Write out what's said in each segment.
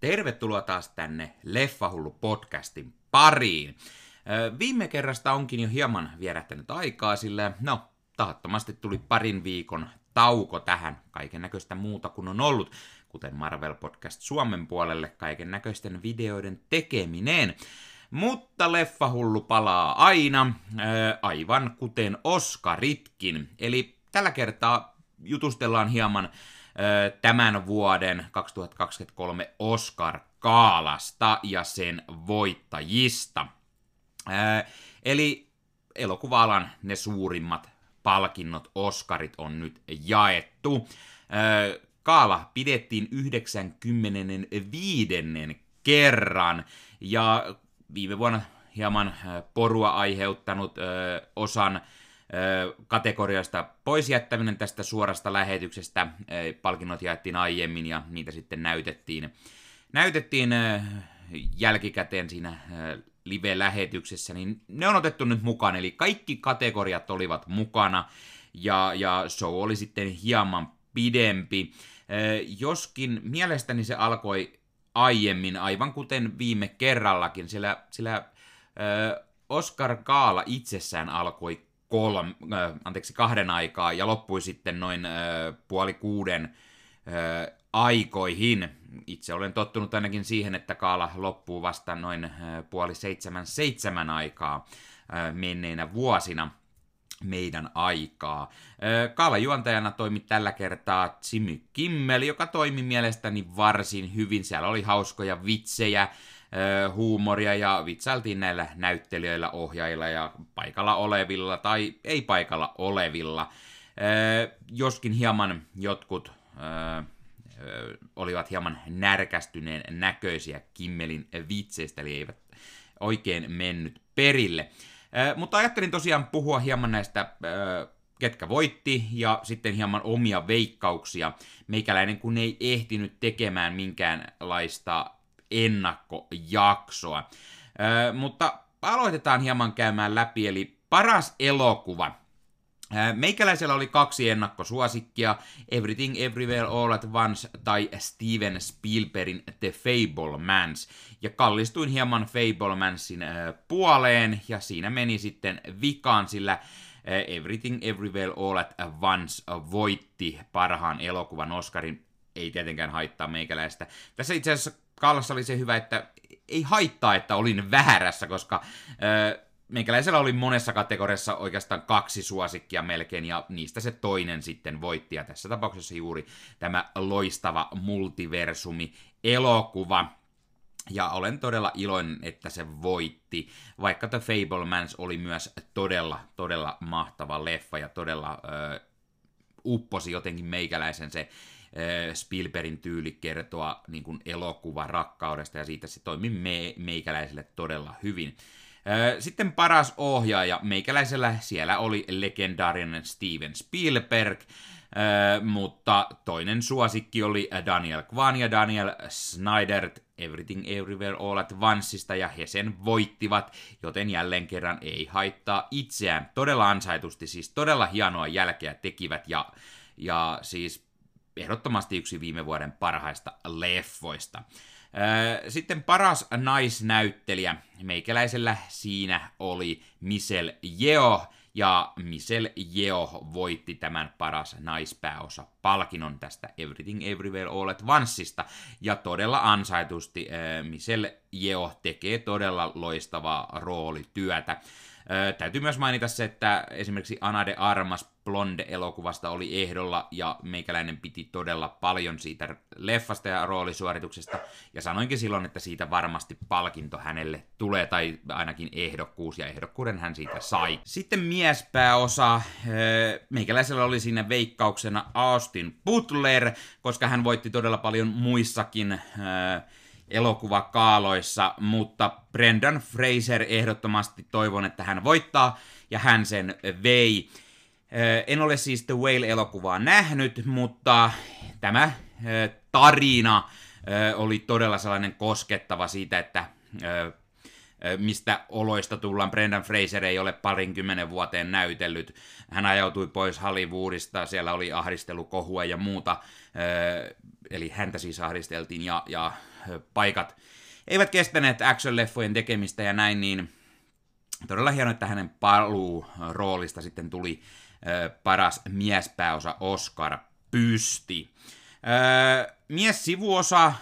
Tervetuloa taas tänne Leffahullu-podcastin pariin. Viime kerrasta onkin jo hieman vierähtänyt aikaa, sillä tahattomasti tuli parin viikon tauko tähän. Kaiken näköistä muuta kuin on ollut, kuten Marvel Podcast Suomen puolelle kaiken näköisten videoiden tekeminen. Mutta Leffahullu palaa aina, aivan kuten Oscaritkin. Eli tällä kertaa jutustellaan hieman tämän vuoden 2023 Oscar-gaalasta ja sen voittajista. Eli elokuva-alan ne suurimmat palkinnot, Oscarit, on nyt jaettu. Gaala pidettiin 95. kerran, ja viime vuonna hieman porua aiheuttanut osan kategoriasta pois jättäminen tästä suorasta lähetyksestä. Palkinnot jaettiin aiemmin ja niitä sitten näytettiin jälkikäteen siinä live-lähetyksessä, niin ne on otettu nyt mukaan, eli kaikki kategoriat olivat mukana, ja show oli sitten hieman pidempi. Joskin mielestäni se alkoi aiemmin, aivan kuten viime kerrallakin, sillä Oscar-gaala itsessään alkoi 2 aikaa ja loppui sitten noin 5:30 aikoihin. Itse olen tottunut ainakin siihen, että gaala loppuu vasta noin 6:30-7 aikaa menneinä vuosina meidän aikaa. Gaalan juontajana toimi tällä kertaa Jimmy Kimmel, joka toimi mielestäni varsin hyvin. Siellä oli hauskoja vitsejä, huumoria ja vitsailtiin näillä näyttelijöillä, ohjaajilla ja paikalla olevilla tai ei paikalla olevilla. Joskin hieman jotkut olivat hieman närkästyneen näköisiä Kimmelin vitseistä, eli eivät oikein mennyt perille. Mutta ajattelin tosiaan puhua hieman näistä, ketkä voitti, ja sitten hieman omia veikkauksia. Meikäläinen kun ei ehtinyt tekemään minkäänlaista ennakkojaksoa. Mutta aloitetaan hieman käymään läpi, eli paras elokuva. Meikäläisellä oli 2 ennakkosuosikkia, Everything Everywhere All at Once tai Steven Spielbergin The Fabelmans, ja kallistuin hieman Fablemansin puoleen, ja siinä meni sitten vikaan, sillä Everything Everywhere All at Once voitti parhaan elokuvan Oscarin. Ei tietenkään haittaa meikäläistä. Tässä itse asiassa gaalassa oli se hyvä, että ei haittaa, että olin väärässä, koska meikäläisellä oli monessa kategoriassa oikeastaan 2 suosikkia melkein, ja niistä se toinen sitten voitti, ja tässä tapauksessa juuri tämä loistava multiversumi-elokuva. Ja olen todella iloinen, että se voitti, vaikka The Fabelmans oli myös todella mahtava leffa, ja todella upposi jotenkin meikäläisen se Spielbergin tyyli kertoa niin kuin elokuva rakkaudesta, ja siitä se toimi meikäläiselle todella hyvin. Sitten paras ohjaaja, meikäläisellä siellä oli legendaarinen Steven Spielberg, mutta toinen suosikki oli Daniel Kwan ja Daniel Snyder Everything Everywhere All at Onceista, ja he sen voittivat, joten jälleen kerran ei haittaa itseään. Todella ansaitusti, siis todella hienoa jälkeä tekivät, ja siis ehdottomasti yksi viime vuoden parhaista leffoista. Sitten paras naisnäyttelijä, meikäläisellä siinä oli Michelle Yeoh, ja Michelle Yeoh voitti tämän paras naispääosa palkinnon tästä Everything Everywhere All at Onceista, ja todella ansaitusti Michelle Yeoh tekee todella loistavaa roolityötä. Täytyy myös mainita se, että esimerkiksi Ana de Armas Blonde-elokuvasta oli ehdolla, ja meikäläinen piti todella paljon siitä leffasta ja roolisuorituksesta, ja sanoinkin silloin, että siitä varmasti palkinto hänelle tulee, tai ainakin ehdokkuus, ja ehdokkuuden hän siitä sai. Sitten miespääosa, meikäläisellä oli siinä veikkauksena Austin Butler, koska hän voitti todella paljon muissakin elokuvakaaloissa, mutta Brendan Fraser ehdottomasti toivon, että hän voittaa, ja hän sen vei. En ole siis The Whale-elokuvaa nähnyt, mutta tämä tarina oli todella sellainen koskettava siitä, että mistä oloista tullaan. Brendan Fraser ei ole 20 vuoteen näytellyt. Hän ajautui pois Hollywoodista, siellä oli ahdistelukohua ja muuta eli häntä siis ahdisteltiin, ja paikat eivät kestäneet action-leffojen tekemistä ja näin, niin todella hieno, että hänen paluu-roolista sitten tuli paras miespääosa Oscar pysti. Mies-sivuosa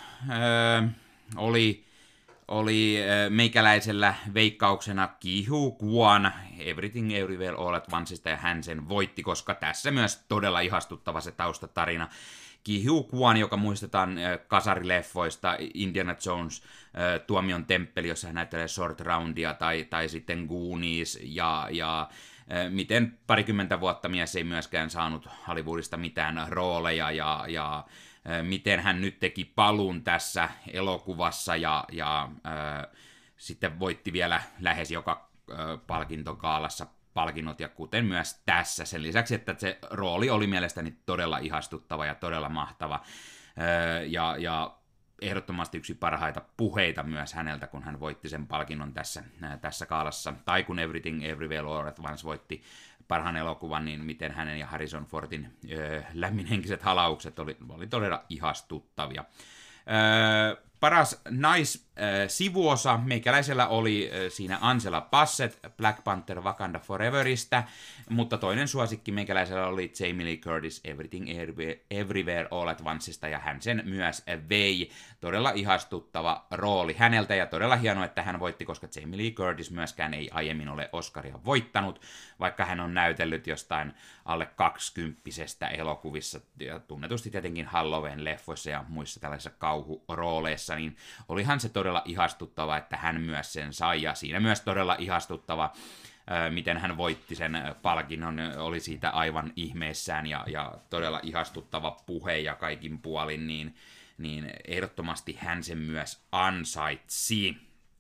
oli meikäläisellä veikkauksena Ki-Hu Kwan Everything Everywhere All at Onceista, ja hän sen voitti, koska tässä myös todella ihastuttava se taustatarina. Ki-Hu Kwan, joka muistetaan kasarileffoista, Indiana Jones, Tuomion temppeli, jossa hän näyttelee Short Roundia, tai sitten Goonies, ja miten parikymmentä vuotta mies ei myöskään saanut Hollywoodista mitään rooleja, ja miten hän nyt teki paluun tässä elokuvassa, ja sitten voitti vielä lähes joka palkintokaalassa palkinnot, ja kuten myös tässä. Sen lisäksi, että se rooli oli mielestäni todella ihastuttava ja todella mahtava, ja ehdottomasti yksi parhaita puheita myös häneltä, kun hän voitti sen palkinnon tässä kaalassa, tai kun Everything Everywhere All at Once voitti parhaan elokuvan, niin miten hänen ja Harrison Fordin lämminhenkiset halaukset oli todella ihastuttavia. Paras naissivuosa meikäläisellä oli siinä Angela Bassett Black Panther Wakanda Foreverista, mutta toinen suosikki meikäläisellä oli Jamie Lee Curtis Everything Everywhere All at Onceista, ja hän sen myös vei. Todella ihastuttava rooli häneltä, ja todella hienoa, että hän voitti, koska Jamie Lee Curtis myöskään ei aiemmin ole Oscaria voittanut, vaikka hän on näytellyt jostain alle 20 elokuvissa, ja tunnetusti tietenkin Halloween-leffoissa ja muissa tällaisissa kauhurooleissa, niin olihan se todella ihastuttava, että hän myös sen sai, ja siinä myös todella ihastuttava, miten hän voitti sen palkinnon, oli siitä aivan ihmeessään, ja todella ihastuttava puhe ja kaikin puolin, niin ehdottomasti hän sen myös ansaitsi.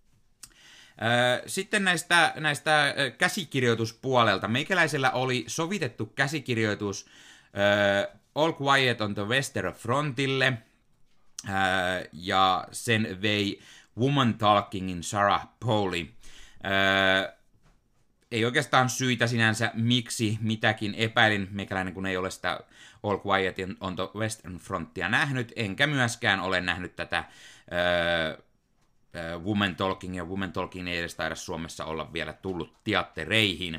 Sitten näistä käsikirjoituspuolelta. Meikäläisellä oli sovitettu käsikirjoitus All Quiet on the Western Frontille, ja sen vei Woman Talkingin Sarah Polley. Ei oikeastaan syitä sinänsä, miksi mitäkin epäilin, meikäläinen kun ei ole sitä All Quiet on the Western Frontia nähnyt, enkä myöskään ole nähnyt tätä Woman Talking, ja Woman Talking ei edes taida Suomessa olla vielä tullut teattereihin.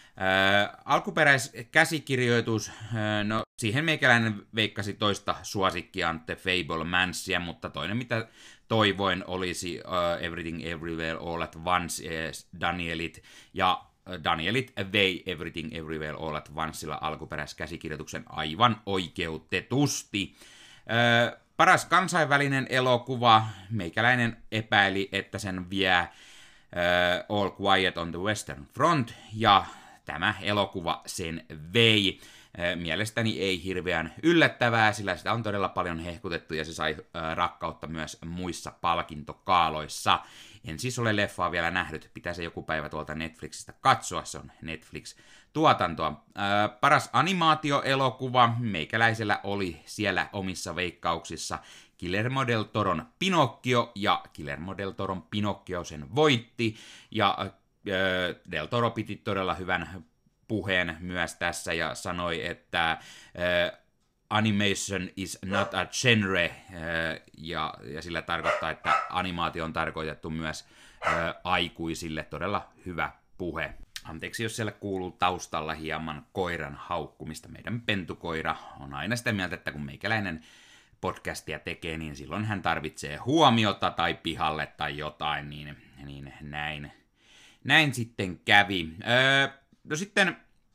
Alkuperäiskäsikirjoitus, no siihen meikäläinen veikkasi toista suosikkiaan The Fablemansia, mutta toinen mitä toivoin olisi Everything Everywhere All at Once, Danielit, ja Danielit vei Everything Everywhere All at Oncella alkuperäiskäsikirjoituksen aivan oikeutetusti. Paras kansainvälinen elokuva, meikäläinen epäili, että sen vie All Quiet on the Western Front, ja tämä elokuva sen vei. Mielestäni ei hirveän yllättävää, sillä sitä on todella paljon hehkutettu, ja se sai rakkautta myös muissa palkintokaaloissa. En siis ole leffaa vielä nähnyt, pitää se joku päivä tuolta Netflixistä katsoa, se on Netflix-tuotantoa. Paras animaatioelokuva meikäläisellä oli siellä omissa veikkauksissa Guillermo del Toron Pinocchio, ja Guillermo del Toron Pinocchio sen voitti, ja del Toro piti todella hyvän puheen myös tässä, ja sanoi, että animation is not a genre, ja sillä tarkoittaa, että animaatio on tarkoitettu myös aikuisille. Todella hyvä puhe. Anteeksi, jos siellä kuuluu taustalla hieman koiran haukkumista. Meidän pentukoira on aina sitä mieltä, että kun meikäläinen podcastia tekee, niin silloin hän tarvitsee huomiota tai pihalle tai jotain, niin näin sitten kävi. No sitten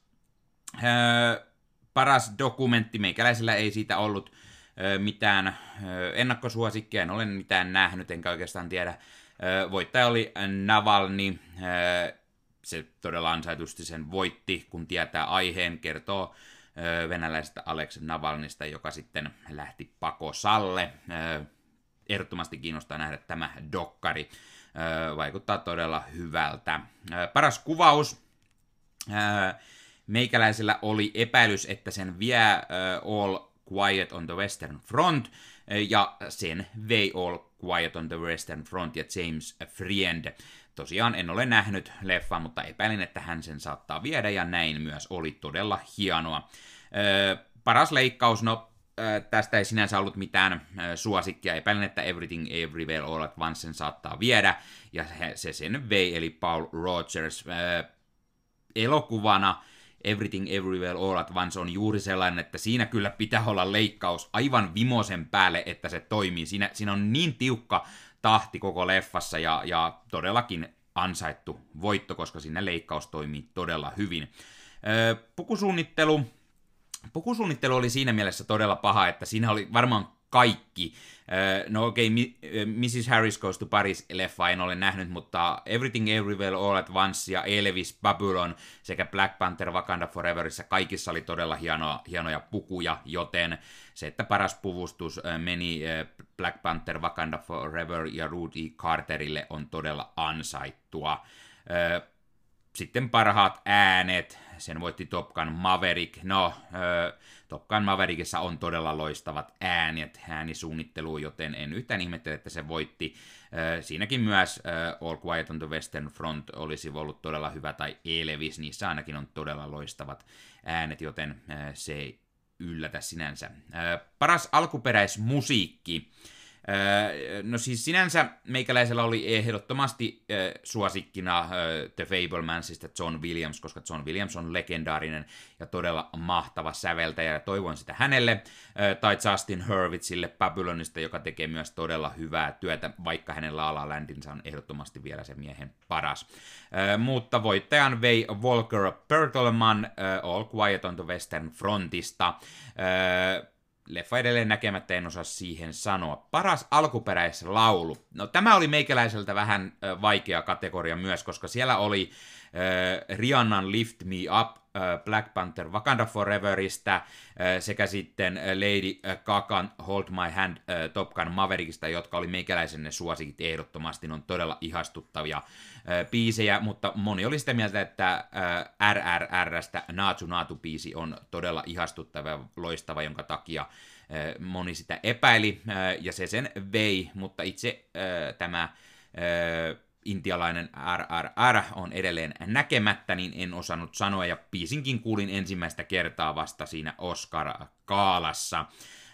paras dokumentti, meikäläisellä ei siitä ollut mitään ennakkosuosikkeja, en ole mitään nähnyt, enkä oikeastaan tiedä. Voittaja oli Navalny, se todella ansaitusti sen voitti, kun tietää aiheen, kertoo venäläisestä Alex Navalnysta, joka sitten lähti pakosalle. Ehdottomasti kiinnostaa nähdä tämä dokkari, vaikuttaa todella hyvältä. Paras kuvaus. Meikäläisellä oli epäilys, että sen vie All Quiet on the Western Front, ja sen vei All Quiet on the Western Front ja James Friend. Tosiaan en ole nähnyt leffaa, mutta epäilin, että hän sen saattaa viedä, ja näin myös oli todella hienoa. Paras leikkaus, no tästä ei sinänsä ollut mitään suosikkia. Epäilen, että Everything Everywhere All at Once sen saattaa viedä, ja se sen vei, eli Paul Rogers. Elokuvana Everything Everywhere All at Once on juuri sellainen, että siinä kyllä pitää olla leikkaus aivan vimosen päälle, että se toimii. Siinä on niin tiukka tahti koko leffassa, ja todellakin ansaittu voitto, koska siinä leikkaus toimii todella hyvin. Pukusuunnittelu oli siinä mielessä todella paha, että siinä oli varmaan kaikki. No okei, Mrs. Harris Goes to Paris-leffa en ole nähnyt, mutta Everything Everywhere All at Once ja Elvis, Babylon sekä Black Panther Wakanda Foreverissa kaikissa oli todella hienoja pukuja, joten se, että paras puvustus meni Black Panther Wakanda Forever ja Rudy Carterille on todella ansaittua. Sitten parhaat äänet, sen voitti Top Gun Maverick. No, Top Gun Maverickissa on todella loistavat äänisuunnittelu, joten en yhtään ihmettele, että se voitti. Siinäkin myös All Quiet on the Western Front olisi ollut todella hyvä, tai Elvis, niissä ainakin on todella loistavat äänet, joten se ei yllätä sinänsä. Paras alkuperäismusiikki. No siis sinänsä meikäläisellä oli ehdottomasti suosikkina The Fabelmansista John Williams, koska John Williams on legendaarinen ja todella mahtava säveltäjä, ja toivon sitä hänelle, tai Justin Hurwitzille Babylonista, joka tekee myös todella hyvää työtä, vaikka hänen La La Landinsa on ehdottomasti vielä se miehen paras. Mutta voittajan vei Volker Bertelmann All Quiet on the Western Frontista. Leffa edelleen näkemättä, en osaa siihen sanoa. Paras alkuperäislaulu. No tämä oli meikäläiseltä vähän vaikea kategoria myös, koska siellä oli Rihannan Lift Me Up Black Panther Wakanda Foreverista sekä sitten Lady Gagan Hold My Hand Top Gun Maverickista, jotka oli meikäläisen ne suosikit ehdottomasti. Ne on todella ihastuttavia biisejä, mutta moni oli sitä mieltä, että RRRstä Naatu Naatu -biisi on todella ihastuttava ja loistava, jonka takia moni sitä epäili, ja se sen vei, mutta itse tämä intialainen RRR on edelleen näkemättä, niin en osannut sanoa, ja biisinkin kuulin ensimmäistä kertaa vasta siinä Oscar-kaalassa.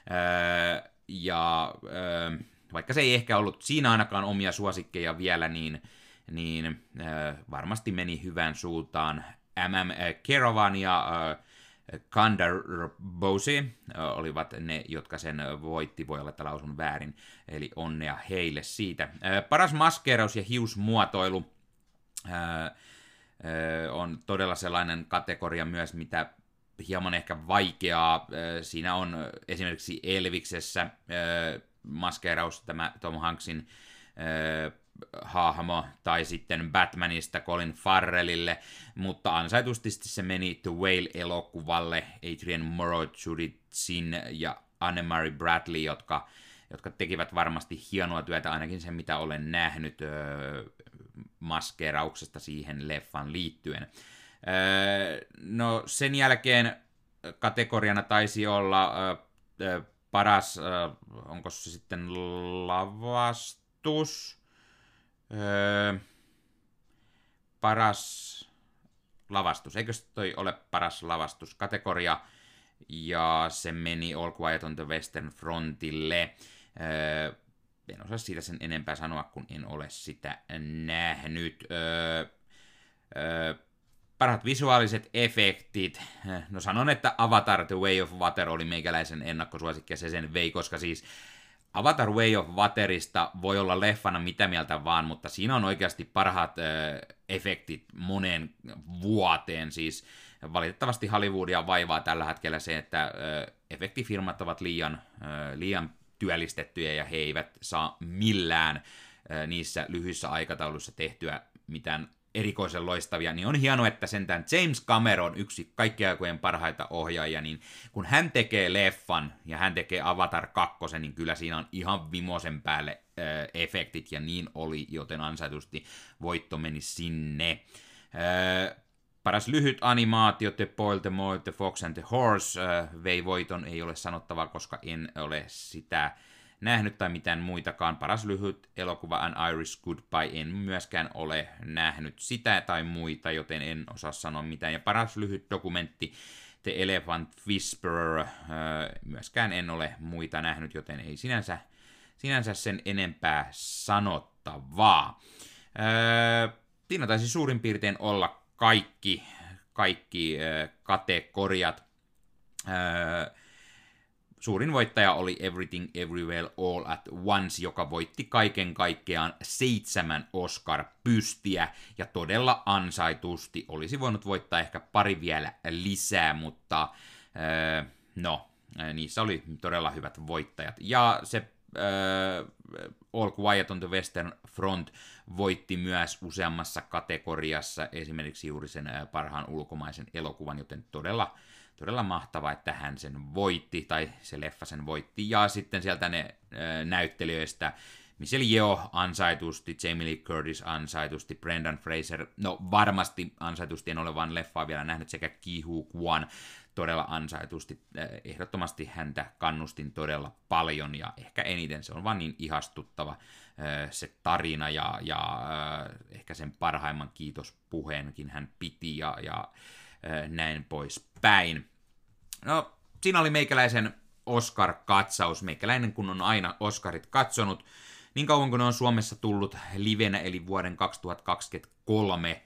Vaikka se ei ehkä ollut siinä ainakaan omia suosikkeja vielä, niin varmasti meni hyvään suuntaan. Kerouan ja Kandar Bose olivat ne, jotka sen voitti, voi olla, että lausun väärin, eli onnea heille siitä. Paras maskeeraus ja hiusmuotoilu on todella sellainen kategoria myös, mitä hieman ehkä vaikeaa. Siinä on esimerkiksi Elviksessä maskeeraus, tämä Tom Hanksin hahmo, tai sitten Batmanista Colin Farrellille, mutta ansaitusti se meni The Whale-elokuvalle, Adrian Morrow, Judith Zinn ja Anne-Marie Bradley, jotka tekivät varmasti hienoa työtä, ainakin sen mitä olen nähnyt maskeerauksesta siihen leffan liittyen. No sen jälkeen kategoriana taisi olla paras, onko se sitten lavastus? Paras lavastus, eikö se toi ole paras lavastuskategoria, ja se meni All Quiet on the Western Frontille. En osaa siitä sen enempää sanoa, kun en ole sitä nähnyt. Parhaat visuaaliset efektit. No sanon, että Avatar The Way of Water oli meikäläisen ennakkosuosikki, ja se sen vei, koska siis Avatar Way of Waterista voi olla leffana mitä mieltä vaan, mutta siinä on oikeasti parhaat efektit moneen vuoteen. Siis valitettavasti Hollywoodia vaivaa tällä hetkellä se, että efektifirmat ovat liian työllistettyjä, ja he eivät saa millään niissä lyhyissä aikatauluissa tehtyä mitään erikoisen loistavia, niin on hienoa, että sentään James Cameron, yksi kaikkien aikojen parhaita ohjaajia, niin kun hän tekee leffan ja hän tekee Avatar 2, niin kyllä siinä on ihan vimosen päälle efektit, ja niin oli, joten ansaitusti voitto meni sinne. Paras lyhyt animaatio, The Boy, The Mole, The Fox and the Horse, vei voiton, ei ole sanottavaa, koska en ole sitä nähnyt tai mitään muitakaan. Paras lyhyt elokuva An Irish Goodbye, en myöskään ole nähnyt sitä tai muita, joten en osaa sanoa mitään. Ja paras lyhyt dokumentti The Elephant Whisperer, myöskään en ole muita nähnyt, joten ei sinänsä sen enempää sanottavaa. Siinä taisi suurin piirtein olla kaikki kategoriat. Suurin voittaja oli Everything Everywhere All at Once, joka voitti kaiken kaikkiaan 7 Oscar-pystiä, ja todella ansaitusti. Olisi voinut voittaa ehkä pari vielä lisää, mutta niissä oli todella hyvät voittajat. Ja se All Quiet on the Western Front voitti myös useammassa kategoriassa, esimerkiksi juuri sen parhaan ulkomaisen elokuvan, joten todella mahtavaa, että hän sen voitti, tai se leffa sen voitti. Ja sitten sieltä ne näyttelijöistä Michelle Yeoh ansaitusti, Jamie Lee Curtis ansaitusti, Brendan Fraser, no varmasti ansaitusti, en ole vaan leffaa vielä nähnyt, sekä Ke Huy Quan todella ansaitusti. Ehdottomasti häntä kannustin todella paljon, ja ehkä eniten se on vaan niin ihastuttava se tarina, ja ehkä sen parhaimman kiitospuheenkin hän piti, ja näin poispäin. No, siinä oli meikäläisen Oscar-katsaus. Meikäläinen kun on aina Oscarit katsonut, niin kauan kun ne on Suomessa tullut livenä, eli vuoden 2023,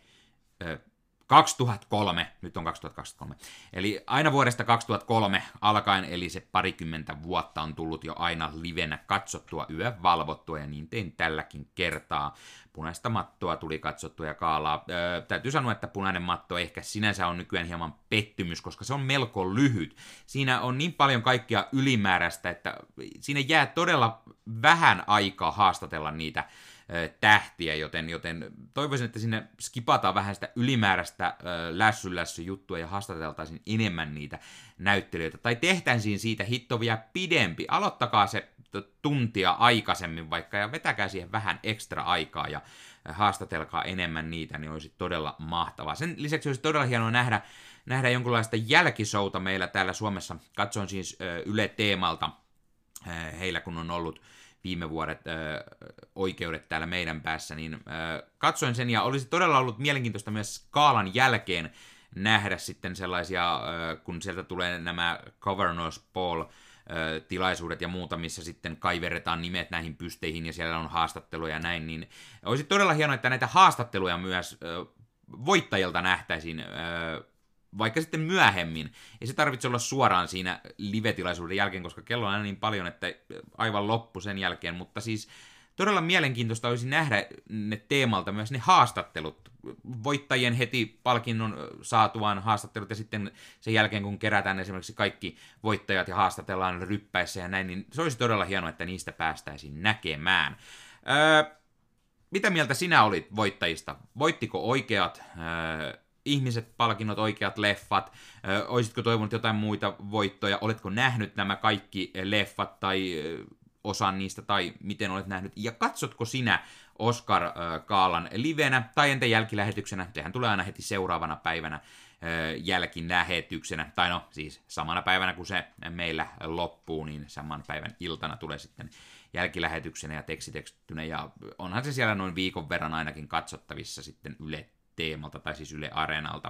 nyt on 2023, eli aina vuodesta 2003 alkaen, eli se parikymmentä vuotta on tullut jo aina livenä katsottua, valvottua, ja niin tein tälläkin kertaa. Punaista mattoa tuli katsottua ja kaalaa. Täytyy sanoa, että punainen matto ehkä sinänsä on nykyään hieman pettymys, koska se on melko lyhyt. Siinä on niin paljon kaikkia ylimääräistä, että siinä jää todella vähän aikaa haastatella niitä tähtiä, joten toivoisin, että sinne skipataan vähän sitä ylimääräistä lässy-juttua ja haastateltaisiin enemmän niitä näyttelijöitä. Tai tehtäisiin siitä hitto vielä pidempi. Aloittakaa se tuntia aikaisemmin vaikka ja vetäkää siihen vähän ekstra aikaa ja haastatelkaa enemmän niitä, niin olisi todella mahtavaa. Sen lisäksi olisi todella hienoa nähdä jonkunlaista jälkisouta meillä täällä Suomessa. Katsoin siis Yle Teemalta, heillä kun on ollut viime vuodet oikeudet täällä meidän päässä, niin katsoin sen, ja olisi todella ollut mielenkiintoista myös Gaalan jälkeen nähdä sitten sellaisia, kun sieltä tulee nämä Governors Ball tilaisuudet ja muuta, missä sitten kaiverretaan nimet näihin pysteihin, ja siellä on haastatteluja ja näin, niin olisi todella hienoa, että näitä haastatteluja myös voittajilta nähtäisiin vaikka sitten myöhemmin. Ei se tarvitse olla suoraan siinä live-tilaisuuden jälkeen, koska kello on aina niin paljon, että aivan loppu sen jälkeen, mutta siis todella mielenkiintoista olisi nähdä ne Teemalta myös ne haastattelut, voittajien heti palkinnon saatuaan haastattelut, ja sitten sen jälkeen, kun kerätään esimerkiksi kaikki voittajat ja haastatellaan ryppäissä ja näin, niin se olisi todella hienoa, että niistä päästäisiin näkemään. Mitä mieltä sinä olit voittajista? Voittiko oikeat ihmiset, palkinnot, oikeat leffat? Olisitko toivonut jotain muita voittoja? Oletko nähnyt nämä kaikki leffat tai osan niistä, tai miten olet nähnyt? Ja katsotko sinä Oscar-gaalan livenä tai entä jälkilähetyksenä? Sehän tulee aina heti seuraavana päivänä jälkilähetyksenä, tai no siis samana päivänä kun se meillä loppuu, niin saman päivän iltana tulee sitten jälkilähetyksenä ja tekstitektynä, ja onhan se siellä noin viikon verran ainakin katsottavissa sitten Yle Teemalta, tai siis Yle Areenalta.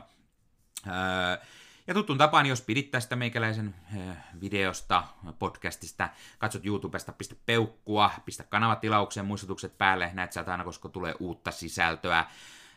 Ja tuttuun tapaan, jos pidit tästä meikäläisen videosta, podcastista, katsot YouTubesta, pistä peukkua, pistä kanavatilaukseen, muistutukset päälle, näet sieltä aina, koska tulee uutta sisältöä.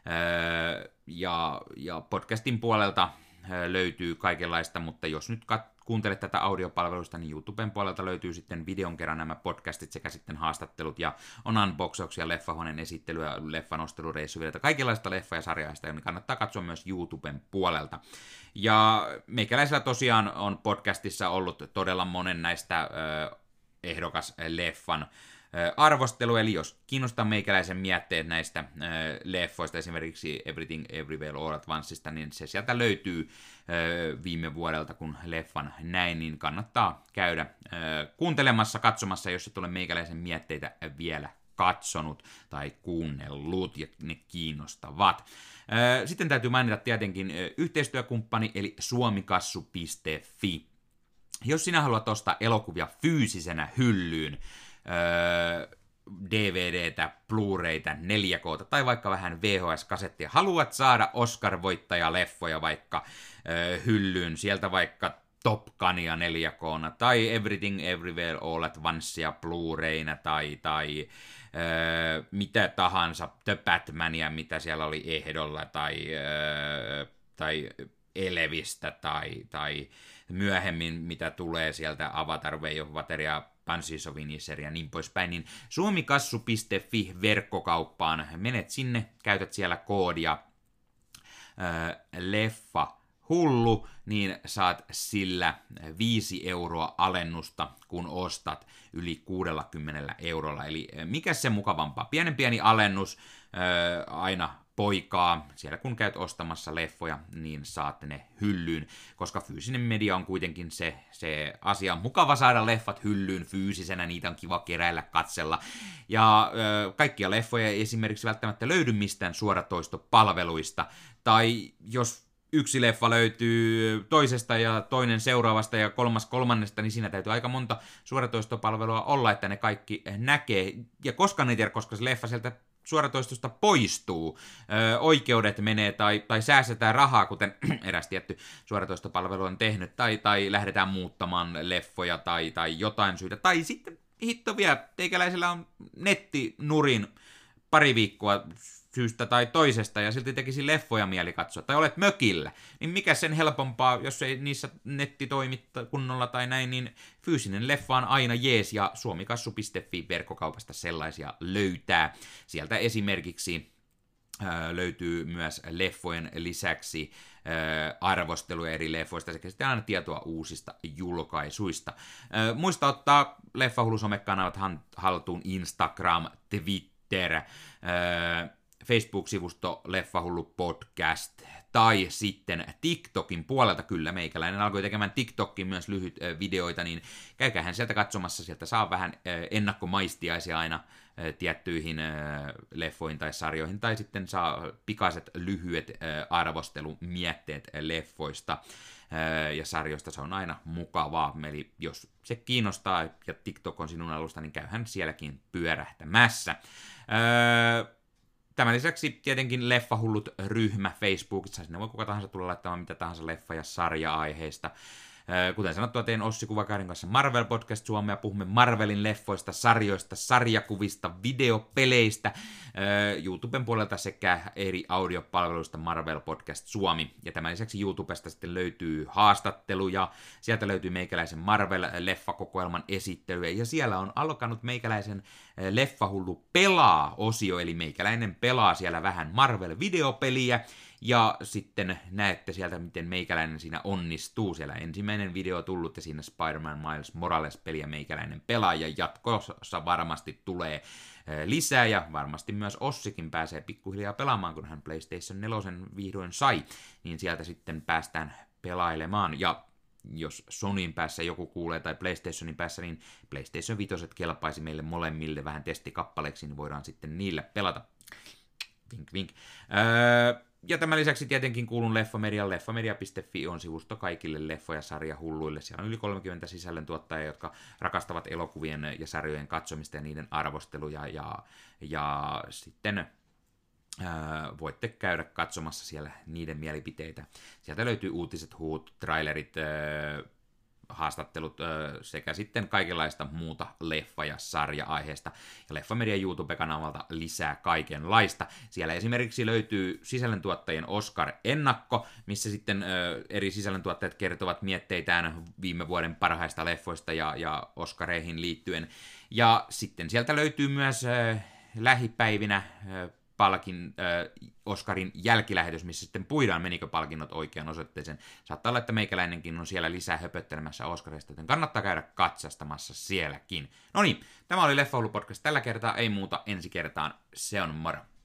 Ja podcastin puolelta löytyy kaikenlaista, mutta jos nyt kuuntelet tätä audiopalvelusta, niin YouTuben puolelta löytyy sitten videon kerran nämä podcastit sekä sitten haastattelut, ja on unboxauksia, leffahuoneen esittelyä, leffanostelureissuvideoita, kaikenlaista leffa- ja sarjaista, niin kannattaa katsoa myös YouTuben puolelta. Ja meikäläisellä tosiaan on podcastissa ollut todella monen näistä ehdokas leffan arvostelu, eli jos kiinnostaa meikäläisen mietteet näistä leffoista, esimerkiksi Everything Everywhere All at Onceista, niin se sieltä löytyy viime vuodelta, kun leffan näin, niin kannattaa käydä kuuntelemassa, katsomassa, jos et ole meikäläisen mietteitä vielä katsonut tai kuunnellut, ja ne kiinnostavat. Sitten täytyy mainita tietenkin yhteistyökumppani, eli suomikassu.fi. Jos sinä haluat ostaa elokuvia fyysisenä hyllyyn, DVDtä, Blu-rayta, 4K:ta tai vaikka vähän VHS-kasettia. Haluat saada Oscar-voittajaleffoja vaikka hyllyyn, sieltä vaikka Top Gunia 4K:na tai Everything Everywhere All at Oncea Blu-rayna tai mitä tahansa, The Batmania, mitä siellä oli ehdolla, tai Elevistä, tai myöhemmin, mitä tulee sieltä Avatar, Way of Water ja Banshees of Inisherin ja niin poispäin, niin suomikassu.fi verkkokauppaan. Menet sinne, käytät siellä koodia leffa hullu, niin saat sillä 5 euroa alennusta, kun ostat yli 60 eurolla. Eli mikä se mukavampaa? Pieni alennus aina poikaa. Siellä kun käyt ostamassa leffoja, niin saat ne hyllyyn, koska fyysinen media on kuitenkin se asia. On mukava saada leffat hyllyyn fyysisenä, niitä on kiva keräillä, katsella. Ja kaikkia leffoja ei esimerkiksi välttämättä löydy mistään suoratoistopalveluista. Tai jos yksi leffa löytyy toisesta ja toinen seuraavasta ja kolmas kolmannesta, niin siinä täytyy aika monta suoratoistopalvelua olla, että ne kaikki näkee. Ja koska ne tiedä, koska se leffa sieltä suoratoistosta poistuu, oikeudet menee tai säästetään rahaa, kuten eräs tietty suoratoistopalvelu on tehnyt, tai lähdetään muuttamaan leffoja tai jotain syytä. Tai sitten hitto vielä, teikäläisellä on nettinurin pari viikkoa syystä tai toisesta, ja silti tekisi leffoja mieli katsoa, tai olet mökillä, niin mikä sen helpompaa, jos ei niissä netti toimi kunnolla tai näin, niin fyysinen leffa on aina jees, ja suomikassu.fi verkkokaupasta sellaisia löytää. Sieltä esimerkiksi löytyy myös leffojen lisäksi arvosteluja eri leffoista sekä sitten aina tietoa uusista julkaisuista. Muista ottaa Leffahullu somekanavat haltuun Instagram, Twitter, Facebook-sivusto Leffahullu podcast tai sitten TikTokin puolelta. Kyllä, meikäläinen alkoi tekemään TikTokin myös lyhyt videoita, niin käykäähän sieltä katsomassa, sieltä saa vähän ennakkomaistiaisia aina tiettyihin leffoihin tai sarjoihin, tai sitten saa pikaiset lyhyet arvostelumietteet leffoista ja sarjoista, se on aina mukavaa. Eli jos se kiinnostaa ja TikTok on sinun alusta, niin käyhän sielläkin pyörähtämässä. Tämän lisäksi tietenkin Leffahullut-ryhmä Facebookissa, sinne voi kuka tahansa tulla laittamaan mitä tahansa leffa- ja sarja-aiheista. Kuten sanottua, teen Ossi Kuvakaarin kanssa Marvel Podcast Suomea, puhumme Marvelin leffoista, sarjoista, sarjakuvista, videopeleistä, YouTuben puolelta sekä eri audiopalveluista Marvel Podcast Suomi. Ja tämän lisäksi YouTubesta sitten löytyy haastatteluja, sieltä löytyy meikäläisen Marvel-leffakokoelman esittelyjä, ja siellä on alkanut meikäläisen Leffahullu pelaa-osio, eli meikäläinen pelaa siellä vähän Marvel-videopeliä, ja sitten näette sieltä, miten meikäläinen siinä onnistuu. Siellä ensimmäinen video tullut ja siinä Spider-Man Miles Morales-peliä meikäläinen pelaa, ja jatkossa varmasti tulee lisää, ja varmasti myös Ossikin pääsee pikkuhiljaa pelaamaan, kun hän PlayStation 4 vihdoin sai, niin sieltä sitten päästään pelailemaan. Ja jos Sonyin päässä joku kuulee tai PlayStationin päässä, niin PlayStation 5 kelpaisi meille molemmille vähän testikappaleeksi, niin voidaan sitten niillä pelata. Vink, vink. Ja tämän lisäksi tietenkin kuulun Leffamedian. Leffamedia.fi on sivusto kaikille leffo- ja sarjahulluille. Siellä on yli 30 sisällöntuottajia, jotka rakastavat elokuvien ja sarjojen katsomista ja niiden arvosteluja. Ja sitten voitte käydä katsomassa siellä niiden mielipiteitä. Sieltä löytyy uutiset, huut, trailerit, haastattelut sekä sitten kaikenlaista muuta leffa- ja sarja-aiheesta. Ja Leffamedian YouTube-kanavalta lisää kaikenlaista. Siellä esimerkiksi löytyy sisällöntuottajien Oscar-ennakko, missä sitten eri sisällöntuottajat kertovat mietteitään viime vuoden parhaista leffoista ja Oscareihin liittyen. Ja sitten sieltä löytyy myös lähipäivinä Oscarin jälkilähetys, missä sitten puidaan, menikö palkinnot oikeaan osoitteeseen. Saattaa olla, että meikäläinenkin on siellä lisää höpöttelemässä Oscarista, joten kannattaa käydä katsastamassa sielläkin. No niin, tämä oli Leffahullu podcast tällä kertaa, ei muuta ensi kertaan, se on moro.